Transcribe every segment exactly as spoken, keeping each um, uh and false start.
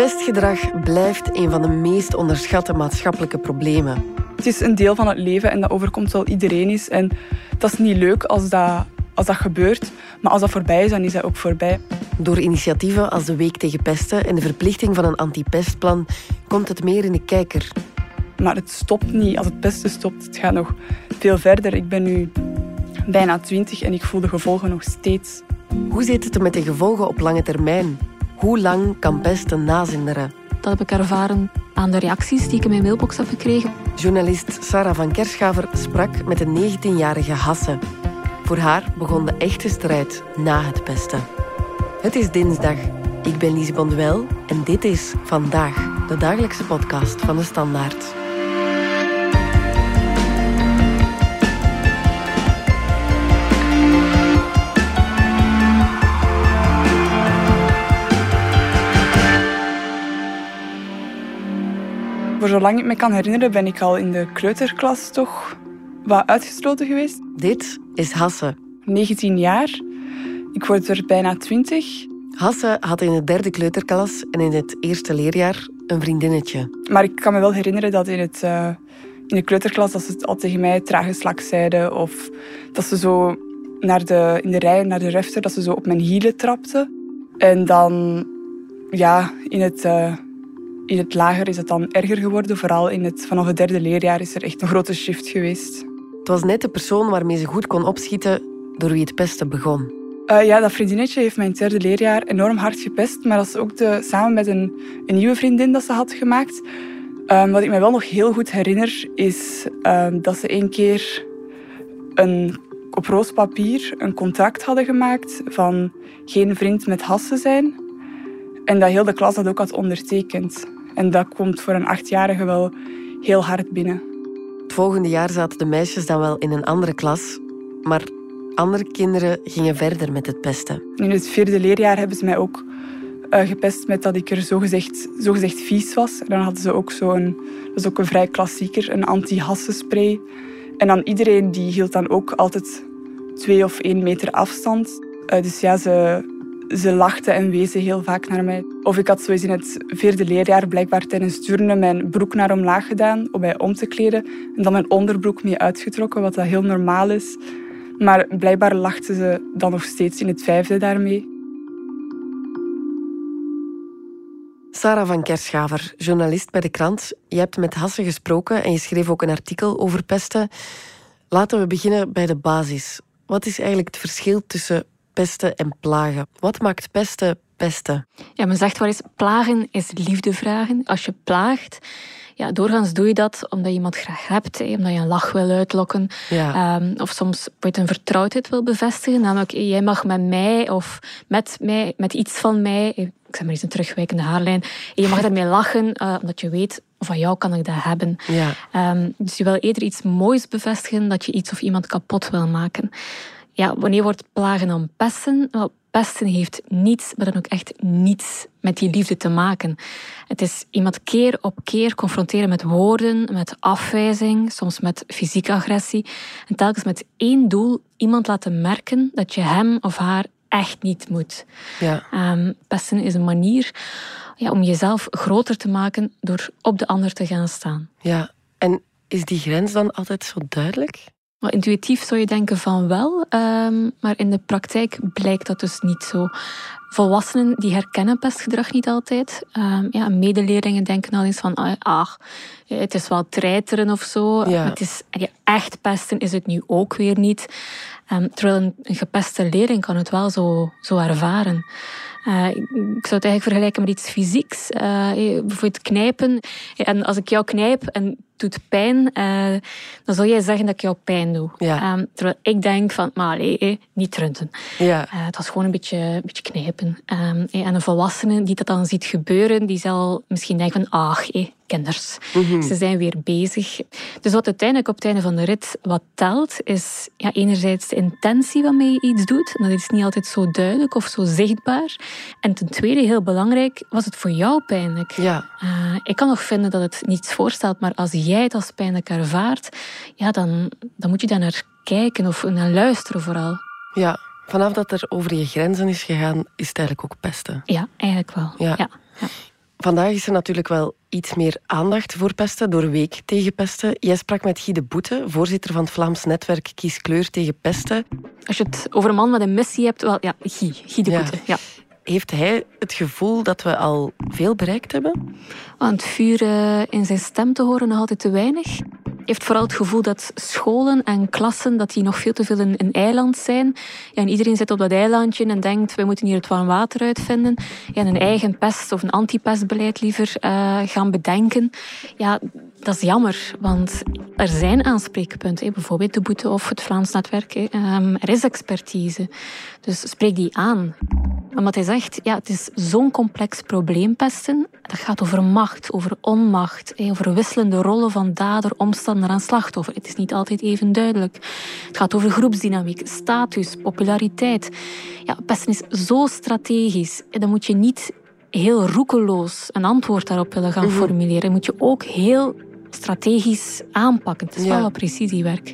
Pestgedrag blijft een van de meest onderschatte maatschappelijke problemen. Het is een deel van het leven en dat overkomt wel iedereen eens. En dat is niet leuk als dat, als dat gebeurt. Maar als dat voorbij is, dan is dat ook voorbij. Door initiatieven als de Week tegen Pesten en de verplichting van een anti-pestplan komt het meer in de kijker. Maar het stopt niet als het pesten stopt. Het gaat nog veel verder. Ik ben nu bijna twintig en ik voel de gevolgen nog steeds. Hoe zit het met de gevolgen op lange termijn? Hoe lang kan pesten nazinderen? Dat heb ik ervaren aan de reacties die ik in mijn mailbox heb gekregen. Journalist Sarah van Kerschaver sprak met een negentienjarige Hasse. Voor haar begon de echte strijd na het pesten. Het is dinsdag. Ik ben Lise Bonduel en dit is Vandaag, de dagelijkse podcast van de Standaard. Voor zolang ik me kan herinneren ben ik al in de kleuterklas toch wat uitgesloten geweest. Dit is Hasse. negentien jaar. Ik word er bijna twintig. Hasse had in de derde kleuterklas en in het eerste leerjaar een vriendinnetje. Maar ik kan me wel herinneren dat in, het, uh, in de kleuterklas dat ze het al tegen mij trage slak zeiden. Of dat ze zo naar de, in de rij naar de refter, dat ze zo op mijn hielen trapte. En dan, ja, in het... Uh, In het lager is het dan erger geworden. Vooral in het, vanaf het derde leerjaar is er echt een grote shift geweest. Het was net de persoon waarmee ze goed kon opschieten door wie het pesten begon. Uh, ja, dat vriendinnetje heeft mijn derde leerjaar enorm hard gepest. Maar dat is ook de, samen met een, een nieuwe vriendin dat ze had gemaakt. Um, wat ik me wel nog heel goed herinner, is um, dat ze een keer een, op roos papier een contract hadden gemaakt van geen vriend met Hasse zijn. En dat heel de klas dat ook had ondertekend. En dat komt voor een achtjarige wel heel hard binnen. Het volgende jaar zaten de meisjes dan wel in een andere klas. Maar andere kinderen gingen verder met het pesten. In het vierde leerjaar hebben ze mij ook uh, gepest met dat ik er zogezegd, zogezegd vies was. En dan hadden ze ook zo'n, dat is ook een vrij klassieker, een anti-hassenspray. En dan iedereen die hield dan ook altijd twee of één meter afstand. Uh, dus ja, ze... Ze lachten en wezen heel vaak naar mij. Of ik had zoiets in het vierde leerjaar blijkbaar tijdens turnen mijn broek naar omlaag gedaan om mij om te kleden. En dan mijn onderbroek mee uitgetrokken, wat dat heel normaal is. Maar blijkbaar lachten ze dan nog steeds in het vijfde daarmee. Sarah van Kerschaver, journalist bij de krant. Je hebt met Hasse gesproken en je schreef ook een artikel over pesten. Laten we beginnen bij de basis. Wat is eigenlijk het verschil tussen pesten en plagen? Wat maakt pesten pesten? Ja, men zegt wel eens, plagen is liefde vragen. Als je plaagt, ja, doorgaans doe je dat omdat je iemand graag hebt, hè, omdat je een lach wil uitlokken. Ja. Um, of soms een vertrouwdheid wil bevestigen. Namelijk, jij mag met mij of met mij, met iets van mij, ik zeg maar eens een terugwijkende haarlijn, en je mag daarmee lachen, uh, omdat je weet, van jou kan ik dat hebben. Ja. Um, dus je wil eerder iets moois bevestigen, dat je iets of iemand kapot wil maken. Ja, wanneer wordt plagen dan pesten? Wel, pesten heeft niets, maar dan ook echt niets met die liefde te maken. Het is iemand keer op keer confronteren met woorden, met afwijzing, soms met fysieke agressie. En telkens met één doel, iemand laten merken dat je hem of haar echt niet moet. Ja. Um, pesten is een manier ja, om jezelf groter te maken door op de ander te gaan staan. Ja, en is die grens dan altijd zo duidelijk? Maar intuïtief zou je denken van wel, um, maar in de praktijk blijkt dat dus niet zo. Volwassenen die herkennen pestgedrag niet altijd. Um, ja, medeleerlingen denken al eens van, ah, het is wel treiteren of zo. Ja. Het is, ja, echt pesten is het nu ook weer niet. Um, terwijl een, een gepeste leerling kan het wel zo, zo ervaren. Uh, ik zou het eigenlijk vergelijken met iets fysieks. Uh, bijvoorbeeld knijpen. En als ik jou knijp en het doet pijn, uh, dan zal jij zeggen dat ik jou pijn doe. Ja. Um, terwijl ik denk van, maar allee, eh, niet trunten. Ja. Uh, het was gewoon een beetje, een beetje knijpen. Um, eh, en een volwassene die dat dan ziet gebeuren, die zal misschien denken van, ach, eh, kinders. Mm-hmm. Ze zijn weer bezig. Dus wat uiteindelijk op het einde van de rit wat telt, is ja, enerzijds de intentie waarmee je iets doet. Dat is niet altijd zo duidelijk of zo zichtbaar. En ten tweede, heel belangrijk, was het voor jou pijnlijk? Ja. Uh, ik kan nog vinden dat het niets voorstelt, maar als jij het als pijnlijk ervaart, ja, dan, dan moet je daar naar kijken of naar luisteren vooral. Ja, vanaf dat er over je grenzen is gegaan, is het eigenlijk ook pesten. Ja, eigenlijk wel. Ja. Ja. Ja. Vandaag is er natuurlijk wel iets meer aandacht voor pesten door Week tegen pesten. Jij sprak met Guy de Boete, voorzitter van het Vlaams netwerk Kies Kleur tegen pesten. Als je het over een man met een missie hebt, wel, ja, Guy, Guy de Boete. Ja. Ja. Heeft hij het gevoel dat we al veel bereikt hebben? Aan het vuur uh, in zijn stem te horen nog altijd te weinig. Hij heeft vooral het gevoel dat scholen en klassen dat die nog veel te veel een, een eiland zijn. Ja, en iedereen zit op dat eilandje en denkt, wij moeten hier het warm water uitvinden. Ja, en een eigen pest- of een antipestbeleid liever uh, gaan bedenken. Ja, dat is jammer, want er zijn aanspreekpunten. Hè. Bijvoorbeeld de Boete of het Vlaams netwerk. Hè. Um, er is expertise. Dus spreek die aan. Omdat hij zegt, ja, het is zo'n complex probleem, pesten. Dat gaat over macht, over onmacht, over wisselende rollen van dader, omstander en slachtoffer. Het is niet altijd even duidelijk. Het gaat over groepsdynamiek, status, populariteit. Ja, pesten is zo strategisch. Dan moet je niet heel roekeloos een antwoord daarop willen gaan mm-hmm. formuleren. Dan moet je ook heel strategisch aanpakken. Het is ja. wel wat precisiewerk.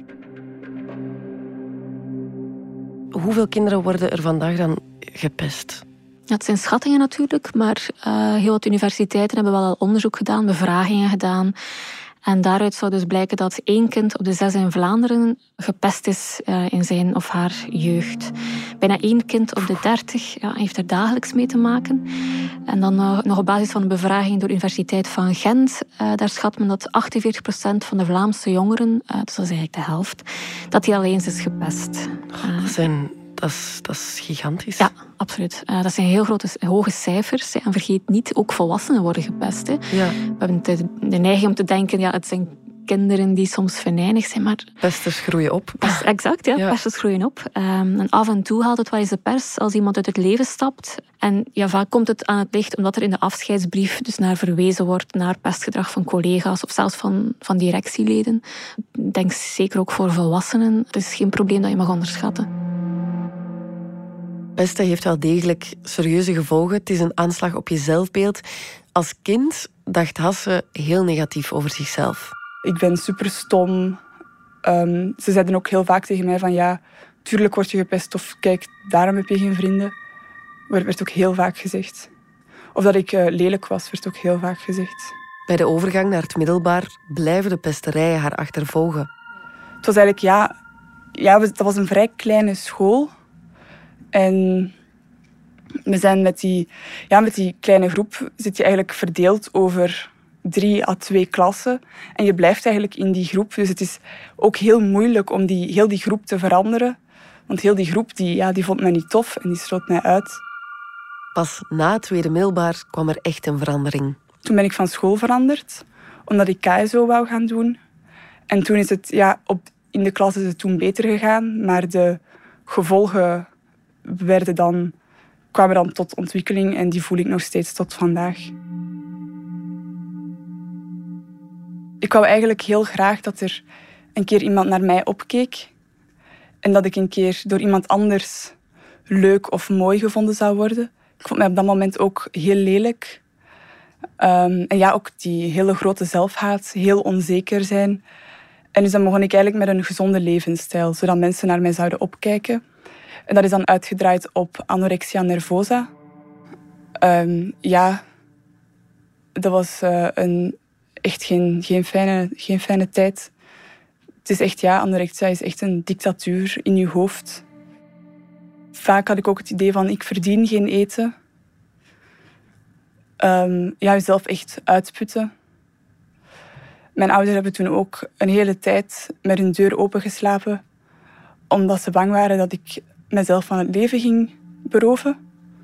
Hoeveel kinderen worden er vandaag dan gepest? Ja, het zijn schattingen natuurlijk, maar uh, heel wat universiteiten hebben wel al onderzoek gedaan, bevragingen gedaan. En daaruit zou dus blijken dat één kind op de zes in Vlaanderen gepest is uh, in zijn of haar jeugd. Bijna één kind op de dertig ja, heeft er dagelijks mee te maken. En dan uh, nog op basis van een bevraging door de Universiteit van Gent, uh, daar schat men dat achtenveertig procent van de Vlaamse jongeren, uh, dus dat is eigenlijk de helft, dat die al eens is gepest. Uh, dat zijn... Dat is, dat is gigantisch. Ja, absoluut. Uh, dat zijn heel grote, hoge cijfers. Hè. En vergeet niet, ook volwassenen worden gepest. Hè. Ja. We hebben de, de neiging om te denken, ja, het zijn kinderen die soms venijnig zijn, maar... Pesters groeien op. Pest, exact, ja. ja. Pesters groeien op. Um, en af en toe haalt het wel eens de pers als iemand uit het leven stapt. En ja, vaak komt het aan het licht omdat er in de afscheidsbrief dus naar verwezen wordt, naar pestgedrag van collega's of zelfs van, van directieleden. Ik denk zeker ook voor volwassenen. Het is geen probleem dat je mag onderschatten. Pesten heeft wel degelijk serieuze gevolgen. Het is een aanslag op je zelfbeeld. Als kind dacht Hasse heel negatief over zichzelf. Ik ben super stom. Um, ze zeiden ook heel vaak tegen mij van ja, tuurlijk word je gepest of kijk, daarom heb je geen vrienden. Dat werd ook heel vaak gezegd. Of dat ik uh, lelijk was, werd ook heel vaak gezegd. Bij de overgang naar het middelbaar blijven de pesterijen haar achtervolgen. Het was eigenlijk, ja, ja, dat was een vrij kleine school. En we zijn met die, ja, met die kleine groep zit je eigenlijk verdeeld over drie à twee klassen. En je blijft eigenlijk in die groep. Dus het is ook heel moeilijk om die, heel die groep te veranderen. Want heel die groep die, ja, die vond mij niet tof en die sloot mij uit. Pas na het tweede middelbaar kwam er echt een verandering. Toen ben ik van school veranderd, omdat ik K S O wou gaan doen. En toen is het, ja, op, in de klas is het toen beter gegaan, maar de gevolgen werden dan, kwamen dan tot ontwikkeling en die voel ik nog steeds tot vandaag. Ik wou eigenlijk heel graag dat er een keer iemand naar mij opkeek en dat ik een keer door iemand anders leuk of mooi gevonden zou worden. Ik vond mij op dat moment ook heel lelijk. Um, en ja, ook die hele grote zelfhaat, heel onzeker zijn. En dus dan begon ik eigenlijk met een gezonde levensstijl, zodat mensen naar mij zouden opkijken. En dat is dan uitgedraaid op anorexia nervosa. Um, ja, dat was uh, een, echt geen, geen, fijne, geen fijne tijd. Het is echt, ja, anorexia is echt een dictatuur in je hoofd. Vaak had ik ook het idee van, ik verdien geen eten. Um, ja, jezelf echt uitputten. Mijn ouders hebben toen ook een hele tijd met hun deur open geslapen, omdat ze bang waren dat ik mezelf van het leven ging beroven.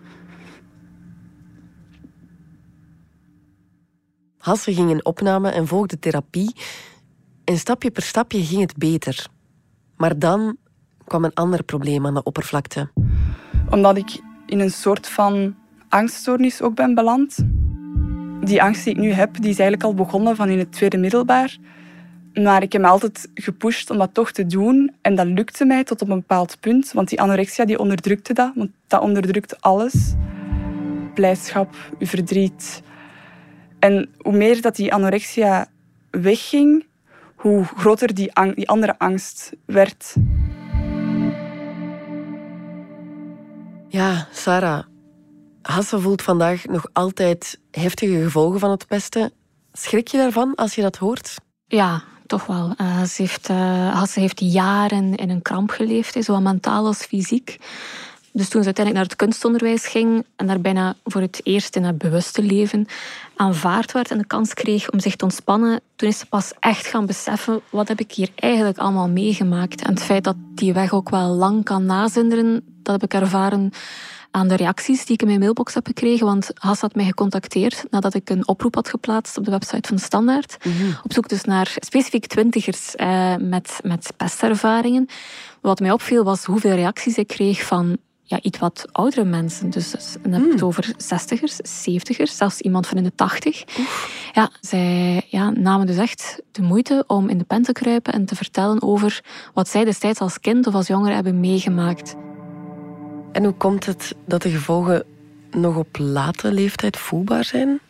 Hasse ging in opname en volgde therapie. En stapje per stapje ging het beter. Maar dan kwam een ander probleem aan de oppervlakte. Omdat ik in een soort van angststoornis ook ben beland. Die angst die ik nu heb, die is eigenlijk al begonnen van in het tweede middelbaar. Maar ik heb me altijd gepusht om dat toch te doen. En dat lukte mij tot op een bepaald punt. Want die anorexia die onderdrukte dat. Want dat onderdrukt alles. Blijdschap, je verdriet. En hoe meer dat die anorexia wegging, hoe groter die, ang- die andere angst werd. Ja, Sarah. Hasse voelt vandaag nog altijd heftige gevolgen van het pesten. Schrik je daarvan als je dat hoort? Ja, toch wel. Uh, ze heeft, uh, Hasse heeft jaren in een kramp geleefd, hè, zowel mentaal als fysiek. Dus toen ze uiteindelijk naar het kunstonderwijs ging en daar bijna voor het eerst in haar bewuste leven aanvaard werd en de kans kreeg om zich te ontspannen, toen is ze pas echt gaan beseffen, wat heb ik hier eigenlijk allemaal meegemaakt? En het feit dat die weg ook wel lang kan nazinderen, dat heb ik ervaren aan de reacties die ik in mijn mailbox heb gekregen. Want Hasse had mij gecontacteerd nadat ik een oproep had geplaatst op de website van de Standaard. Mm-hmm. Op zoek dus naar specifiek twintigers eh, met, met pestervaringen. Wat mij opviel was hoeveel reacties ik kreeg van ja, iets wat oudere mensen. Dus dan heb ik het over zestigers, zeventigers, zelfs iemand van in de tachtig. Oef. Ja, zij ja, namen dus echt de moeite om in de pen te kruipen en te vertellen over wat zij destijds als kind of als jongere hebben meegemaakt. En hoe komt het dat de gevolgen nog op late leeftijd voelbaar zijn?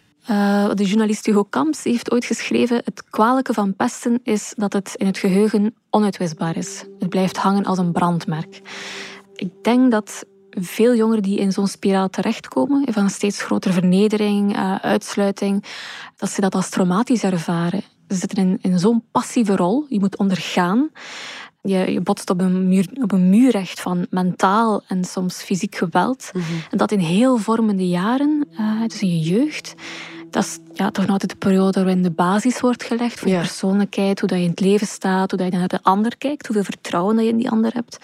Uh, de journalist Hugo Kamps heeft ooit geschreven: het kwalijke van pesten is dat het in het geheugen onuitwisbaar is. Het blijft hangen als een brandmerk. Ik denk dat veel jongeren die in zo'n spiraal terechtkomen, van steeds grotere vernedering, uh, uitsluiting, dat ze dat als traumatisch ervaren. Ze zitten in, in zo'n passieve rol, je moet ondergaan. Je, je botst op een, muur, op een muurrecht van mentaal en soms fysiek geweld. Mm-hmm. En dat in heel vormende jaren, uh, dus in je jeugd. Dat is ja, toch nog altijd de periode waarin de basis wordt gelegd voor ja. je persoonlijkheid, hoe dat je in het leven staat, hoe dat je naar de ander kijkt, hoeveel vertrouwen dat je in die ander hebt.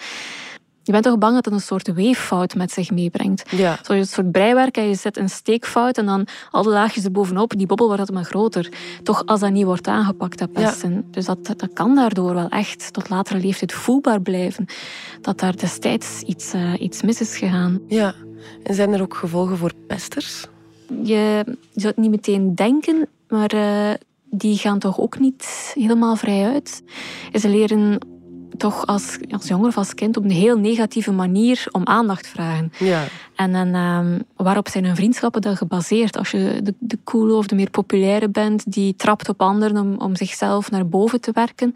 Je bent toch bang dat het een soort weeffout met zich meebrengt. Ja. Zoals een soort breiwerk en je zet een steekfout en dan al de laagjes erbovenop, die bobbel wordt altijd maar groter. Toch als dat niet wordt aangepakt, dat pesten. Ja. Dus dat, dat kan daardoor wel echt tot latere leeftijd voelbaar blijven. Dat daar destijds iets, uh, iets mis is gegaan. Ja, en zijn er ook gevolgen voor pesters? Je, je zou het niet meteen denken, maar uh, die gaan toch ook niet helemaal vrij uit. Ze leren toch als, als jonger of als kind op een heel negatieve manier om aandacht vragen. Ja. En dan, um, waarop zijn hun vriendschappen dan gebaseerd? Als je de, de coole of de meer populaire bent, die trapt op anderen om, om zichzelf naar boven te werken.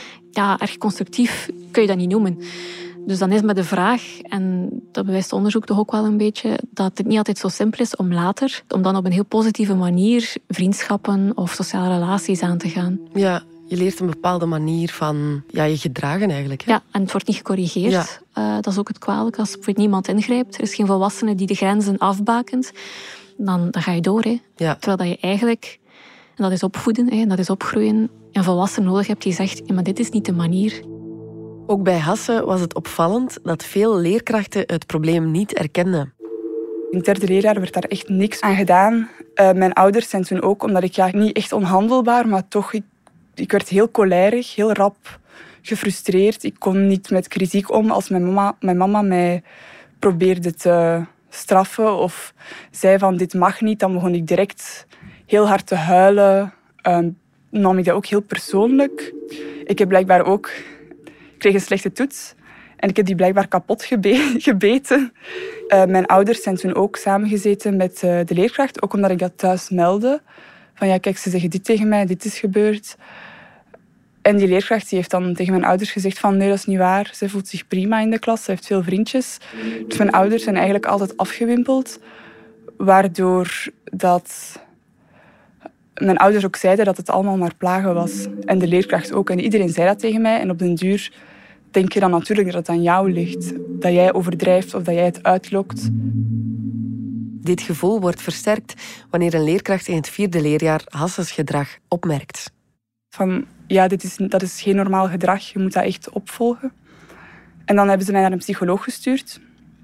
Ja, erg constructief kun je dat niet noemen. Dus dan is maar de vraag, en dat bewijst onderzoek toch ook wel een beetje, dat het niet altijd zo simpel is om later, om dan op een heel positieve manier vriendschappen of sociale relaties aan te gaan. Ja. Je leert een bepaalde manier van ja, je gedragen eigenlijk. Hè? Ja, en het wordt niet gecorrigeerd. Ja. Uh, dat is ook het kwalijke. Als er niemand ingrijpt, er is geen volwassene die de grenzen afbakent, dan, dan ga je door. Hè. Ja. Terwijl dat je eigenlijk, en dat is opvoeden, hè, dat is opgroeien, een volwassene nodig hebt die zegt, ja, maar dit is niet de manier. Ook bij Hasse was het opvallend dat veel leerkrachten het probleem niet erkenden. In het derde leerjaar werd daar echt niks aan gedaan. Uh, mijn ouders zijn toen ook, omdat ik ja, niet echt onhandelbaar, maar toch... Ik, Ik werd heel cholerig, heel rap gefrustreerd. Ik kon niet met kritiek om als mijn mama, mijn mama mij probeerde te straffen of zei van dit mag niet. Dan begon ik direct heel hard te huilen. Um, nam ik dat ook heel persoonlijk. Ik heb blijkbaar ook... Ik kreeg een slechte toets en ik heb die blijkbaar kapot gebe- gebeten. Uh, mijn ouders zijn toen ook samengezeten met uh, de leerkracht, ook omdat ik dat thuis meldde. Van ja, kijk, ze zeggen dit tegen mij, dit is gebeurd. En die leerkracht die heeft dan tegen mijn ouders gezegd van nee, dat is niet waar. Ze voelt zich prima in de klas, ze heeft veel vriendjes. Dus mijn ouders zijn eigenlijk altijd afgewimpeld. Waardoor dat... Mijn ouders ook zeiden dat het allemaal maar plagen was. En de leerkracht ook. En iedereen zei dat tegen mij. En op den duur denk je dan natuurlijk dat het aan jou ligt. Dat jij overdrijft of dat jij het uitlokt. Dit gevoel wordt versterkt wanneer een leerkracht in het vierde leerjaar Hasses gedrag opmerkt. Van, ja, dit is, dat is geen normaal gedrag, je moet dat echt opvolgen. En dan hebben ze mij naar een psycholoog gestuurd.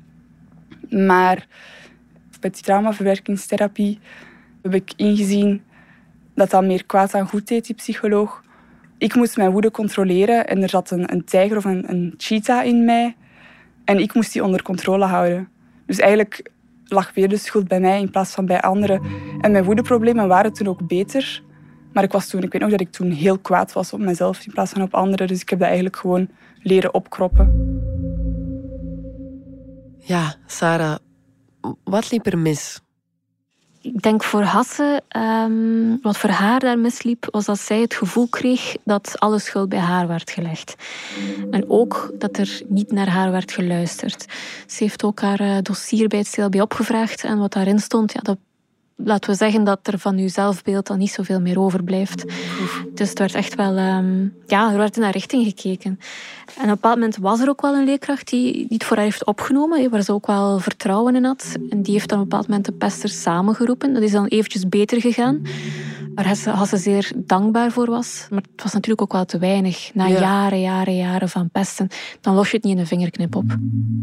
Maar met die traumaverwerkingstherapie heb ik ingezien dat dat meer kwaad dan goed deed, die psycholoog. Ik moest mijn woede controleren en er zat een, een tijger of een, een cheetah in mij. En ik moest die onder controle houden. Dus eigenlijk lag weer de schuld bij mij in plaats van bij anderen. En mijn woedeproblemen waren toen ook beter. Maar ik, was toen, ik weet nog dat ik toen heel kwaad was op mezelf in plaats van op anderen. Dus ik heb dat eigenlijk gewoon leren opkroppen. Ja, Sarah, wat liep er mis? Ik denk voor Hasse, um, wat voor haar daar misliep, was dat zij het gevoel kreeg dat alle schuld bij haar werd gelegd. En ook dat er niet naar haar werd geluisterd. Ze heeft ook haar uh, dossier bij het C L B opgevraagd en wat daarin stond, ja, dat, laten we zeggen dat er van uw zelfbeeld dan niet zoveel meer overblijft. Dus het werd echt wel, um, ja, er werd in haar richting gekeken. En op een bepaald moment was er ook wel een leerkracht die, die het voor haar heeft opgenomen, waar ze ook wel vertrouwen in had. En die heeft dan op een bepaald moment de pesters samengeroepen. Dat is dan eventjes beter gegaan. Waar ze, had ze zeer dankbaar voor was. Maar het was natuurlijk ook wel te weinig. Na ja. jaren, jaren, jaren van pesten. Dan los je het niet in een vingerknip op.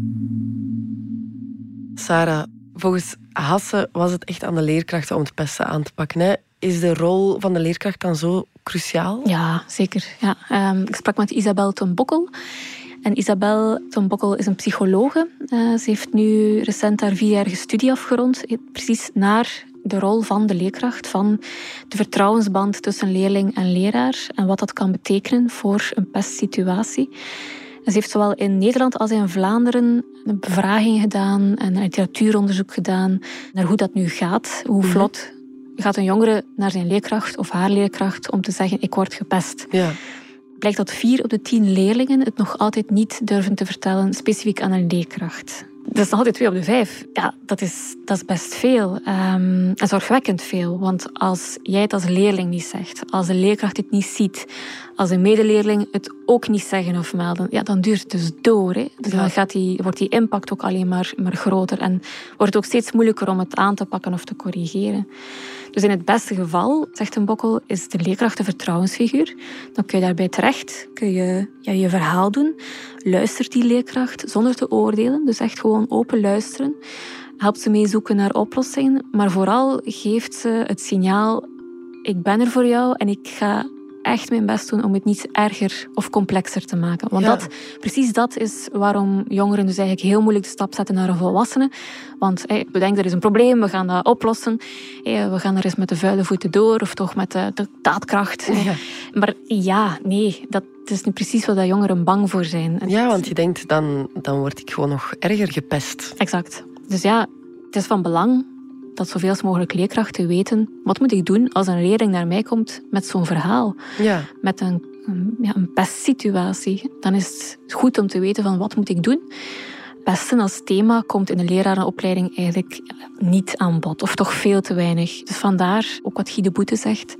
Sarah, volgens Hasse was het echt aan de leerkrachten om het pesten aan te pakken. Hè? Is de rol van de leerkracht dan zo cruciaal? Ja, zeker. Ja. Um, ik sprak met Isabel ten Bokkel. En Isabel ten Bokkel is een psychologe. Uh, ze heeft nu recent haar vierjarige studie afgerond. Precies naar de rol van de leerkracht, van de vertrouwensband tussen leerling en leraar. En wat dat kan betekenen voor een pestsituatie. En ze heeft zowel in Nederland als in Vlaanderen een bevraging gedaan en een literatuuronderzoek gedaan naar hoe dat nu gaat. Hoe vlot gaat een jongere naar zijn leerkracht of haar leerkracht om te zeggen ik word gepest. Ja. Blijkt dat vier op de tien leerlingen het nog altijd niet durven te vertellen, specifiek aan een leerkracht. Dat is nog altijd twee op de vijf. Ja, dat is, dat is best veel. Um, en zorgwekkend veel. Want als jij het als leerling niet zegt, als de leerkracht het niet ziet, als een medeleerling het ook niet zeggen of melden, ja, dan duurt het dus door. Hè. Dus dan gaat die, wordt die impact ook alleen maar, maar groter. En wordt het ook steeds moeilijker om het aan te pakken of te corrigeren. Dus in het beste geval, zegt een Bokkel, is de leerkracht een vertrouwensfiguur. Dan kun je daarbij terecht, kun je ja, je verhaal doen. Luistert die leerkracht zonder te oordelen. Dus echt gewoon open luisteren. Helpt ze mee zoeken naar oplossingen. Maar vooral geeft ze het signaal, ik ben er voor jou en ik ga echt mijn best doen om het niet erger of complexer te maken. Want ja. dat, precies dat is waarom jongeren dus eigenlijk heel moeilijk de stap zetten naar een volwassene. Want hey, we denken, er is een probleem, we gaan dat oplossen. Hey, we gaan er eens met de vuile voeten door, of toch met de, de daadkracht. Ja. Maar ja, nee, dat is nu precies wat jongeren bang voor zijn. Ja, want je denkt, dan, dan word ik gewoon nog erger gepest. Exact. Dus ja, het is van belang dat zoveel mogelijk leerkrachten weten, wat moet ik doen als een leerling naar mij komt met zo'n verhaal? Ja. Met een, ja, een pestsituatie. Dan is het goed om te weten van wat moet ik doen. Pesten als thema komt in de lerarenopleiding eigenlijk niet aan bod. Of toch veel te weinig. Dus vandaar ook wat Guy de Boete zegt.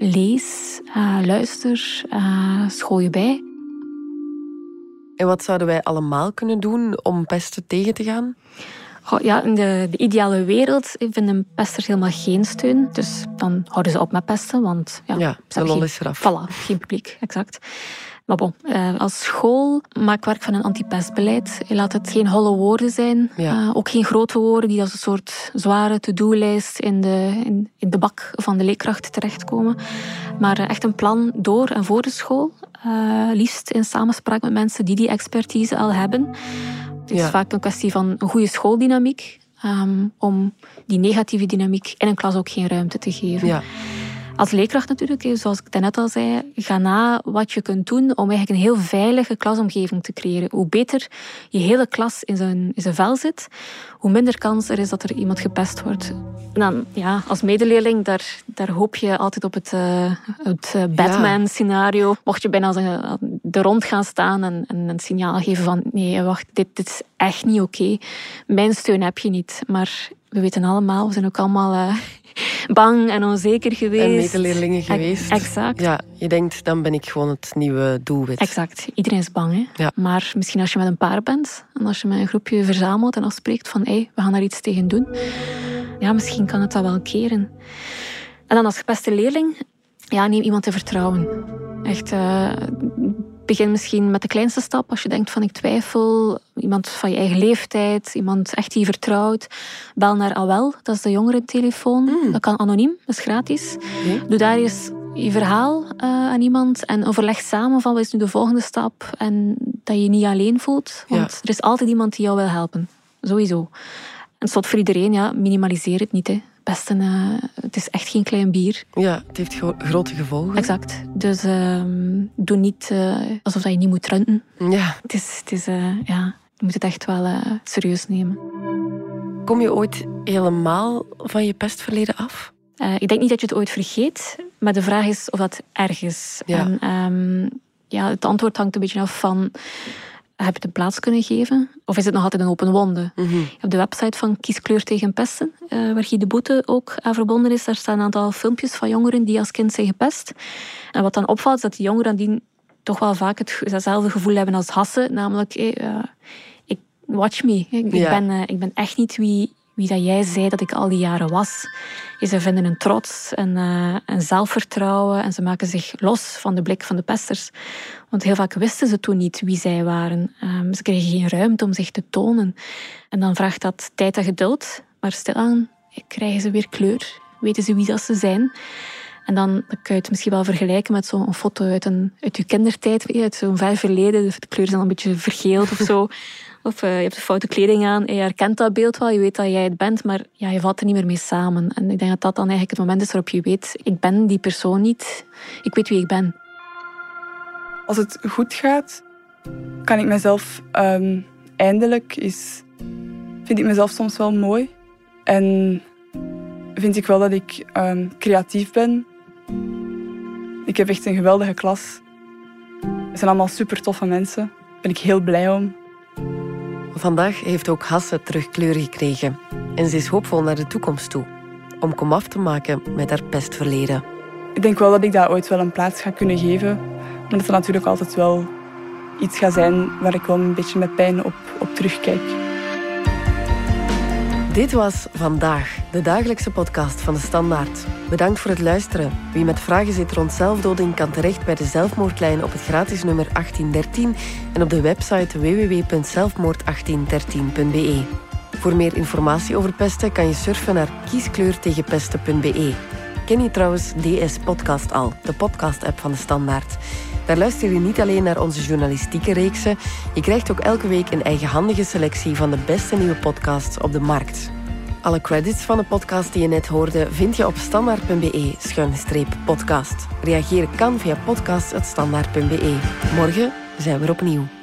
Lees, uh, luister, uh, school je bij. En wat zouden wij allemaal kunnen doen om pesten tegen te gaan? Goh, ja, in de, de ideale wereld vinden pesters helemaal geen steun. Dus dan houden ze op met pesten. Want ja, ja de lol is eraf. Voilà, geen publiek, exact. Maar bon, eh, als school maak werk van een antipestbeleid. Laat het geen holle woorden zijn. Ja. Uh, ook geen grote woorden die als een soort zware to-do-lijst in de, in, in de bak van de leerkracht terechtkomen. Maar uh, echt een plan door en voor de school. Uh, liefst in samenspraak met mensen die die expertise al hebben. Het is ja. vaak een kwestie van een goede schooldynamiek. Um, om die negatieve dynamiek in een klas ook geen ruimte te geven. Ja. Als leerkracht natuurlijk, zoals ik daarnet al zei, ga na wat je kunt doen om eigenlijk een heel veilige klasomgeving te creëren. Hoe beter je hele klas in zijn, in zijn vel zit, hoe minder kans er is dat er iemand gepest wordt. En dan, ja, als medeleerling, daar, daar hoop je altijd op het, uh, het Batman-scenario. Mocht je bijna er rond gaan staan en, en een signaal geven van nee, wacht, dit, dit is echt niet oké. Okay. Mijn steun heb je niet, maar we weten allemaal, we zijn ook allemaal uh, bang en onzeker geweest. En medeleerlingen geweest. Exact. Ja, je denkt, dan ben ik gewoon het nieuwe doelwit. Exact. Iedereen is bang. Hè? Ja. Maar misschien als je met een paar bent en als je met een groepje verzamelt en afspreekt van hey, we gaan daar iets tegen doen. Ja, misschien kan het dat wel keren. En dan als gepeste leerling, ja, neem iemand te vertrouwen. Echt, uh, begin misschien met de kleinste stap. Als je denkt van ik twijfel, iemand van je eigen leeftijd, iemand echt die je vertrouwt. Bel naar AWEL, dat is de jongerentelefoon. Mm. Dat kan anoniem, dat is gratis. Okay. Doe daar eens je verhaal uh, aan iemand en overleg samen van wat is nu de volgende stap. En dat je je niet alleen voelt. Want ja. er is altijd iemand die jou wil helpen. Sowieso. En slot voor iedereen, ja, minimaliseer het niet. Hè. Pesten, uh, het is echt geen klein bier. Ja, het heeft gro- grote gevolgen. Exact. Dus uh, doe niet uh, alsof je niet moet runten. Ja. Het is, het is, uh, ja, je moet het echt wel uh, serieus nemen. Kom je ooit helemaal van je pestverleden af? Uh, ik denk niet dat je het ooit vergeet, maar de vraag is of dat erg is. Ja. En, um, ja, het antwoord hangt een beetje af van... Heb je het een plaats kunnen geven? Of is het nog altijd een open wonde? Mm-hmm. Op de website van Kies Kleur tegen Pesten, uh, waar Guy de Boete ook aan verbonden is, daar staan een aantal filmpjes van jongeren die als kind zijn gepest. En wat dan opvalt, is dat die jongeren die toch wel vaak hetzelfde gevoel hebben als Hasse. Namelijk, uh, ik, watch me. Ik, Ja. ben, uh, ik ben echt niet wie, wie dat jij zei dat ik al die jaren was. Ze vinden een trots en uh, een zelfvertrouwen en ze maken zich los van de blik van de pesters. Want heel vaak wisten ze toen niet wie zij waren. Um, ze kregen geen ruimte om zich te tonen. En dan vraagt dat tijd en geduld. Maar stilaan krijgen ze weer kleur. Weten ze wie dat ze zijn. En dan, dan kun je het misschien wel vergelijken met zo'n foto uit, een, uit je kindertijd. Uit zo'n ver verleden. De kleur is dan een beetje vergeeld of zo. Of uh, je hebt de foute kleding aan en je herkent dat beeld wel. Je weet dat jij het bent, maar ja, je valt er niet meer mee samen. En ik denk dat dat dan eigenlijk het moment is waarop je weet... Ik ben die persoon niet. Ik weet wie ik ben. Als het goed gaat, kan ik mezelf um, eindelijk eens... Vind ik mezelf soms wel mooi. En vind ik wel dat ik um, creatief ben. Ik heb echt een geweldige klas. Het zijn allemaal super toffe mensen. Daar ben ik heel blij om. Vandaag heeft ook Hasse terug kleur gekregen. En ze is hoopvol naar de toekomst toe. Om komaf te maken met haar pestverleden. Ik denk wel dat ik daar ooit wel een plaats ga kunnen geven. Maar dat er natuurlijk altijd wel iets gaat zijn waar ik wel een beetje met pijn op, op terugkijk. Dit was Vandaag, de dagelijkse podcast van De Standaard. Bedankt voor het luisteren. Wie met vragen zit rond zelfdoding kan terecht bij de zelfmoordlijn op het gratis nummer achttien dertien en op de website w w w punt zelfmoord achttien dertien punt b e. Voor meer informatie over pesten kan je surfen naar kieskleurtegenpesten punt b e. Ken je trouwens D S Podcast al, de podcast-app van De Standaard? Daar luister je niet alleen naar onze journalistieke reeksen, je krijgt ook elke week een eigenhandige selectie van de beste nieuwe podcasts op de markt. Alle credits van de podcast die je net hoorde vind je op standaard punt b e schuine streep podcast. Reageren kan via podcast punt standaard punt b e. Morgen zijn we er opnieuw.